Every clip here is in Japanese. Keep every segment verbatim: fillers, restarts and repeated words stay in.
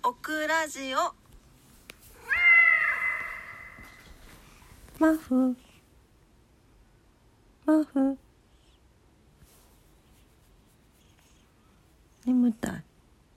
オクラジオ。 マフマフ眠たい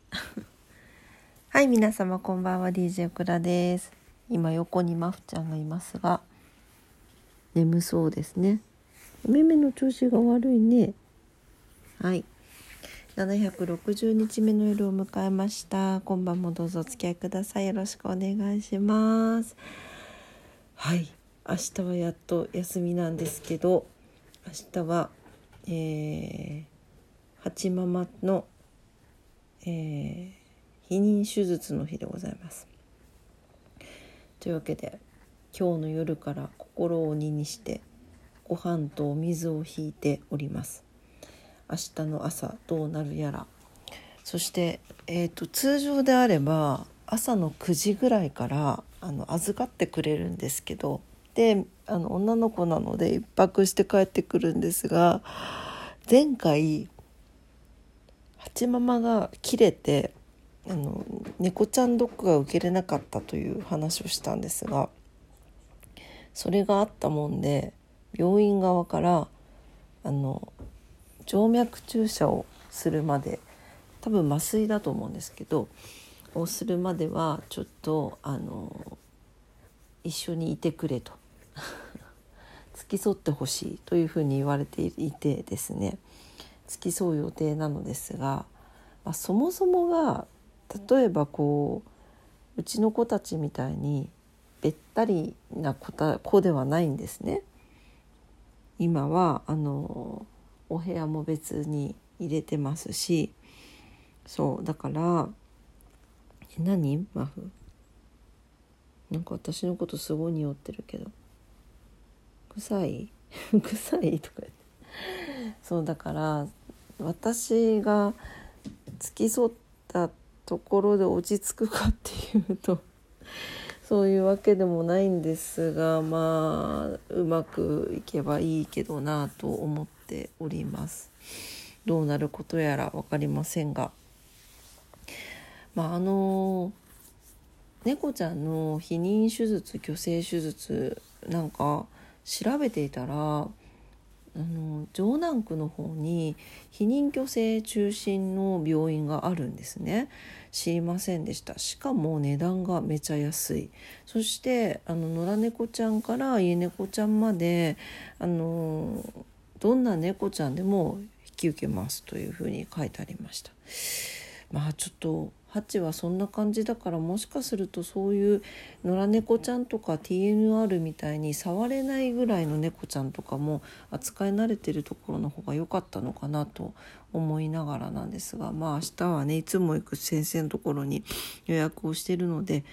はい、皆様こんばんは。 ディージェー オクラです。今横にマフちゃんがいますが、眠そうですね。お目目の調子が悪いね。はい、ななひゃくろくじゅうにちめの夜を迎えました。今晩もどうぞお付き合いください。よろしくお願いします。はい、明日はやっと休みなんですけど、明日は、えー、八ママの、えー、避妊手術の日でございます。というわけで、今日の夜から心を鬼にしてご飯とお水を引いております。明日の朝どうなるやら。そして、えーと、通常であれば朝のくじぐらいからあの預かってくれるんですけど、であの女の子なので一泊して帰ってくるんですが、前回八ママが切れてあの猫ちゃんドッグが受けれなかったという話をしたんですが、それがあったもんで病院側からあの静脈注射をするまで、多分麻酔だと思うんですけどをするまではちょっとあの一緒にいてくれと付き添ってほしいというふうに言われていてですね、付き添う予定なのですが、まあ、そもそもが例えばこううちの子たちみたいにべったりな子た子ではないんですね。今はあのお部屋も別に入れてますし、そうだからえ何マフなんか私のことすごい匂ってるけど臭い臭いとか言って、そうだから私が付き添ったところで落ち着くかっていうとそういうわけでもないんですが、まあうまくいけばいいけどなと思っております。どうなることやら分かりませんが、まああの猫ちゃんの避妊手術、去勢手術なんか調べていたら、あの城南区の方に避妊去勢中心の病院があるんですね。知りませんでした。しかも値段がめちゃ安い。そしてあの野良猫ちゃんから家猫ちゃんまであのどんな猫ちゃんでも引き受けますというふうに書いてありました。まあちょっとハチはそんな感じだから、もしかするとそういう野良猫ちゃんとか ティーエヌアール みたいに触れないぐらいの猫ちゃんとかも扱い慣れてるところの方が良かったのかなと思いながらなんですが、まあ明日はねいつも行く先生のところに予約をしているので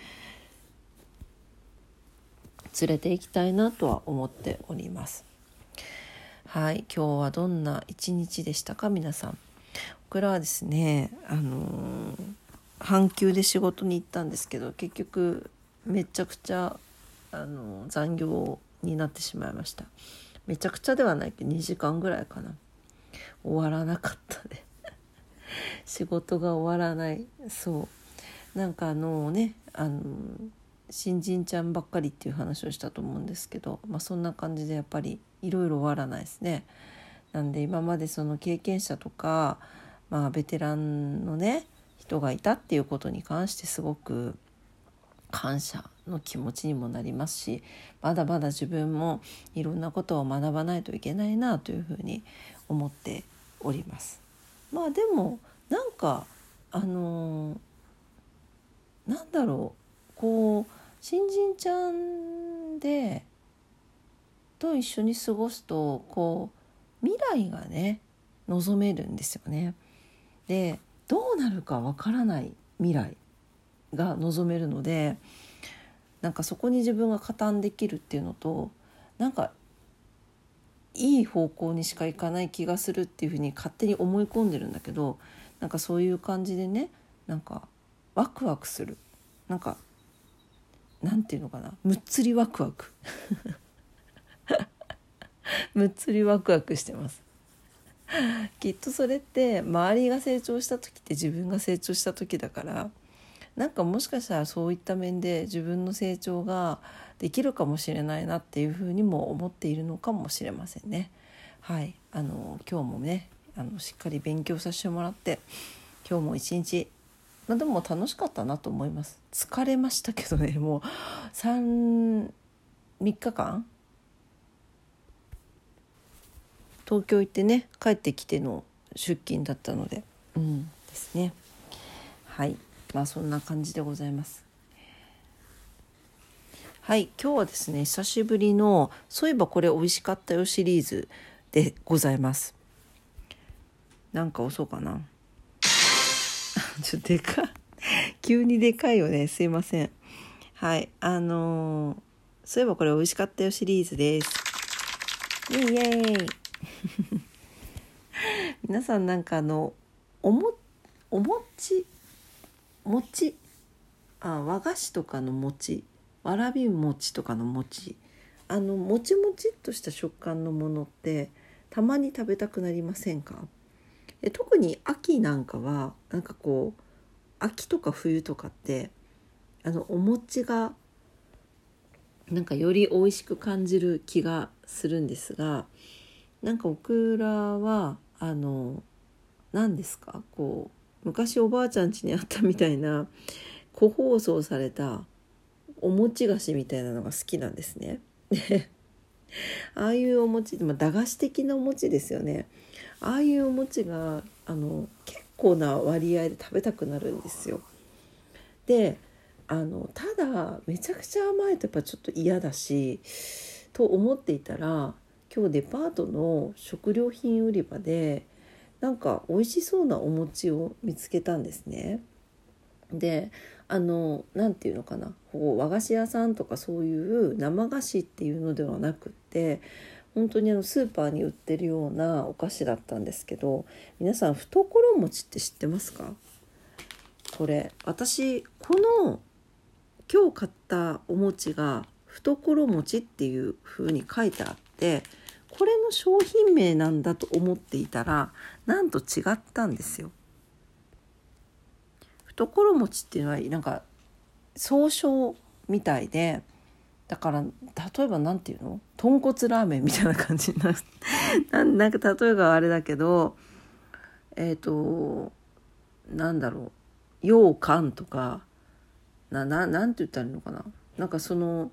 連れて行きたいなとは思っております。はい、今日はどんな一日でしたか皆さん。僕らはですね、あのー、半休で仕事に行ったんですけど、結局めちゃくちゃ、あのー、残業になってしまいました。めちゃくちゃではないけどにじかんぐらいかな。終わらなかったね仕事が終わらない。そうなんかあのねあの新人ちゃんばっかりっていう話をしたと思うんですけど、まあ、そんな感じでやっぱりいろいろ終わらないですね。なんで今までその経験者とか、まあ、ベテランのね人がいたっていうことに関してすごく感謝の気持ちにもなりますし、まだまだ自分もいろんなことを学ばないといけないなというふうに思っております。まあでもなんかあのー、なんだろうこう新人ちゃんでと一緒に過ごすとこう未来がね望めるんですよね。でどうなるかわからない未来が望めるので、なんかそこに自分が加担できるっていうのと、なんかいい方向にしかいかない気がするっていうふうに勝手に思い込んでるんだけど、なんかそういう感じでね、なんかワクワクする、なんかなんていうのかな、むっつりワクワクむっつりワクワクしてますきっとそれって周りが成長した時って自分が成長した時だから、 なんかもしかしたらそういった面で自分の成長ができるかもしれないなっていうふうにも思っているのかもしれませんね。はい、あの今日もねあのしっかり勉強させてもらって今日も一日、まあ、でも楽しかったなと思います。疲れましたけどね、もうさん、みっかかん東京行ってね帰ってきての出勤だったので、うんですね。はい、まあそんな感じでございます。はい、今日はですね久しぶりのそういえばこれ美味しかったよシリーズでございます。なんか遅うかなちょっとでかい急にでかいよね、すいません。はい、あのー、そういえばこれ美味しかったよシリーズです。イエイイエイ皆さんなんかあのおもお餅餅あ和菓子とかの餅、わらび餅とかの餅、あのもちもちっとした食感のものってたまに食べたくなりませんか？え特に秋なんかはなんかこう秋とか冬とかってあのお餅がなんかより美味しく感じる気がするんですが、なんかオクラはあの何ですか、こう昔おばあちゃん家にあったみたいな個包装されたお餅菓子みたいなのが好きなんですね。でああいうお餅、まあ、駄菓子的なお餅ですよね。ああいうお餅があの結構な割合で食べたくなるんですよ。であのただめちゃくちゃ甘いとやっぱちょっと嫌だしと思っていたら、今日デパートの食料品売り場でなんか美味しそうなお餅を見つけたんですね。であのなんていうのかな、こう和菓子屋さんとかそういう生菓子っていうのではなくって、本当にあのスーパーに売ってるようなお菓子だったんですけど、皆さん懐餅って知ってますか？これ私この今日買ったお餅が懐餅っていう風に書いてあって、これの商品名なんだと思っていたらなんと違ったんですよ。懐餅っていうのはなんか総称みたいで、だから例えばなんていうの、豚骨ラーメンみたいな感じになるななんか例えがあれだけど、えっとなんだろう、羊羹とかなななんて言ったらいいのかな、なんかその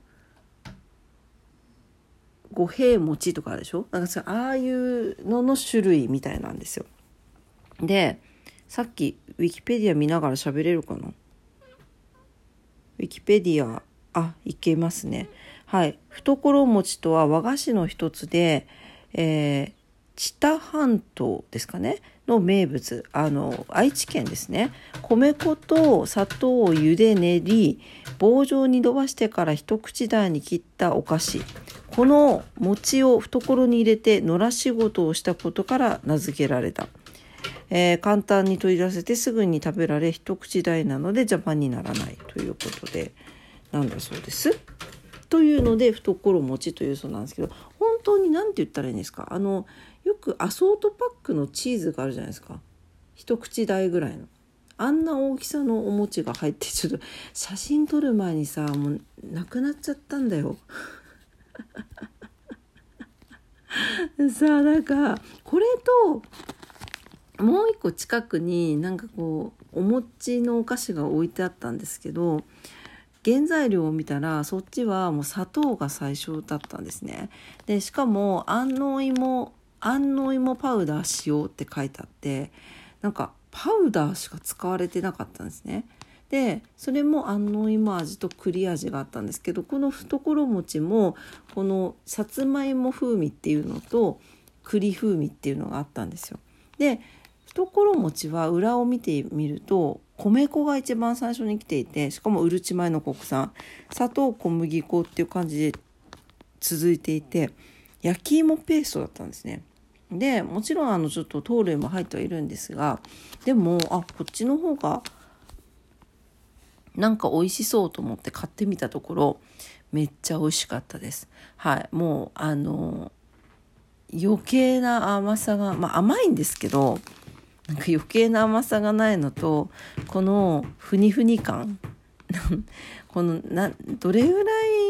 五平餅とかあるでしょ、なんかさああいうのの種類みたいなんですよ。でさっきウィキペディア見ながら喋れるかな。ウィキペディア、あ、いけますね。はい。懐餅とは和菓子の一つで、えー、知多半島ですかねの名物、あの愛知県ですね。米粉と砂糖を茹で練り棒状に伸ばしてから一口大に切ったお菓子。この餅を懐に入れて野良仕事をしたことから名付けられた。えー、簡単に取り出せてすぐに食べられ一口大なので邪魔にならないということでなんだそうです。というので懐餅というそうなんですけど、本当に何て言ったらいいんですか、あのよくアソートパックのチーズがあるじゃないですか、一口大ぐらいのあんな大きさのお餅が入って、ちょっと写真撮る前にさもうなくなっちゃったんだよさあなんかこれともう一個近くになんかこうお餅のお菓子が置いてあったんですけど、原材料を見たらそっちはもう砂糖が最初だったんですね。でしかも安納芋安納芋パウダー使用って書いてあって、なんかパウダーしか使われてなかったんですね。でそれも安納芋味と栗味があったんですけど、この懐餅もこのさつまいも風味っていうのと栗風味っていうのがあったんですよ。で懐餅は裏を見てみると米粉が一番最初に来ていて、しかもうるち米の国産、砂糖小麦粉っていう感じで続いていて、焼き芋ペーストだったんですね。でもちろんあのちょっと糖類も入ってはいるんですが、でもあこっちの方がなんか美味しそうと思って買ってみたところめっちゃ美味しかったです。はい、もうあの余計な甘さが、まあ甘いんですけど、 なんか余計な甘さがないのと、このふにふに感このなどれぐら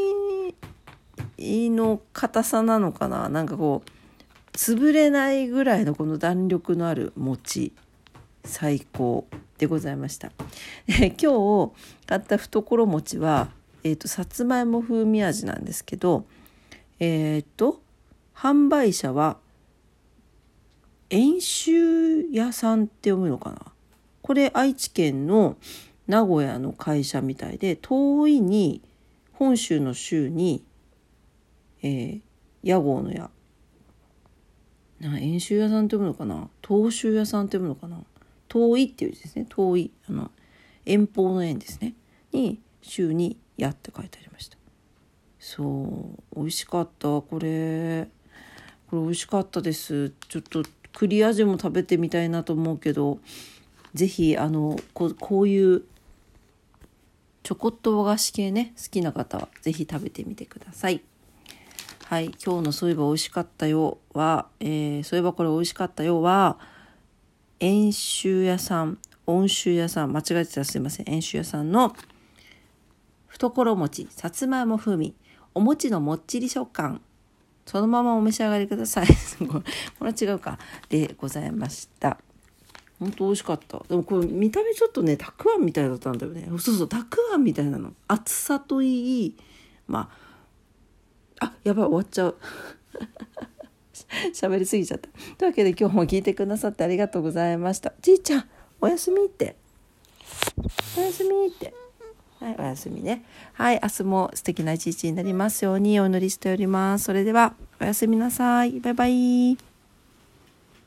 いの硬さなのかな、なんかこう潰れないぐらいのこの弾力のある餅、最高でございました。で今日買った懐餅は、えーと、さつまいも風味味なんですけど、えーと販売者は遠州屋さんって読むのかな。これ愛知県の名古屋の会社みたいで、遠いに本州の州に、えー、屋号の屋な、遠州屋さんって読むのかな、東州屋さんって読むのかな、遠いっていう字ですね。遠い、あの遠方の遠ですねに州に屋って書いてありました。そう美味しかった。これこれ美味しかったです。ちょっと栗味も食べてみたいなと思うけど、ぜひあの こ, こういうちょこっと和菓子系ね好きな方はぜひ食べてみてください。はい、今日のそういえば美味しかったよは、えー、そういえばこれ美味しかったよは遠州屋さん、温州屋さん、間違えてたらすいません、遠州屋さんの懐餅さつまいも風味、お餅のもっちり食感、そのままお召し上がりくださいこれは違うかでございました。本当美味しかった。でもこれ見た目ちょっとねたくあんみたいだったんだよね。そうそう、たくあんみたいなの、厚さといい、まああやばい終わっちゃう喋りすぎちゃった。というわけで今日も聞いてくださってありがとうございました。じいちゃんおやすみって、おやすみって、はい、おやすみね。はい、明日も素敵な一日になりますようにお祈りしております。それではおやすみなさい。バイバイ。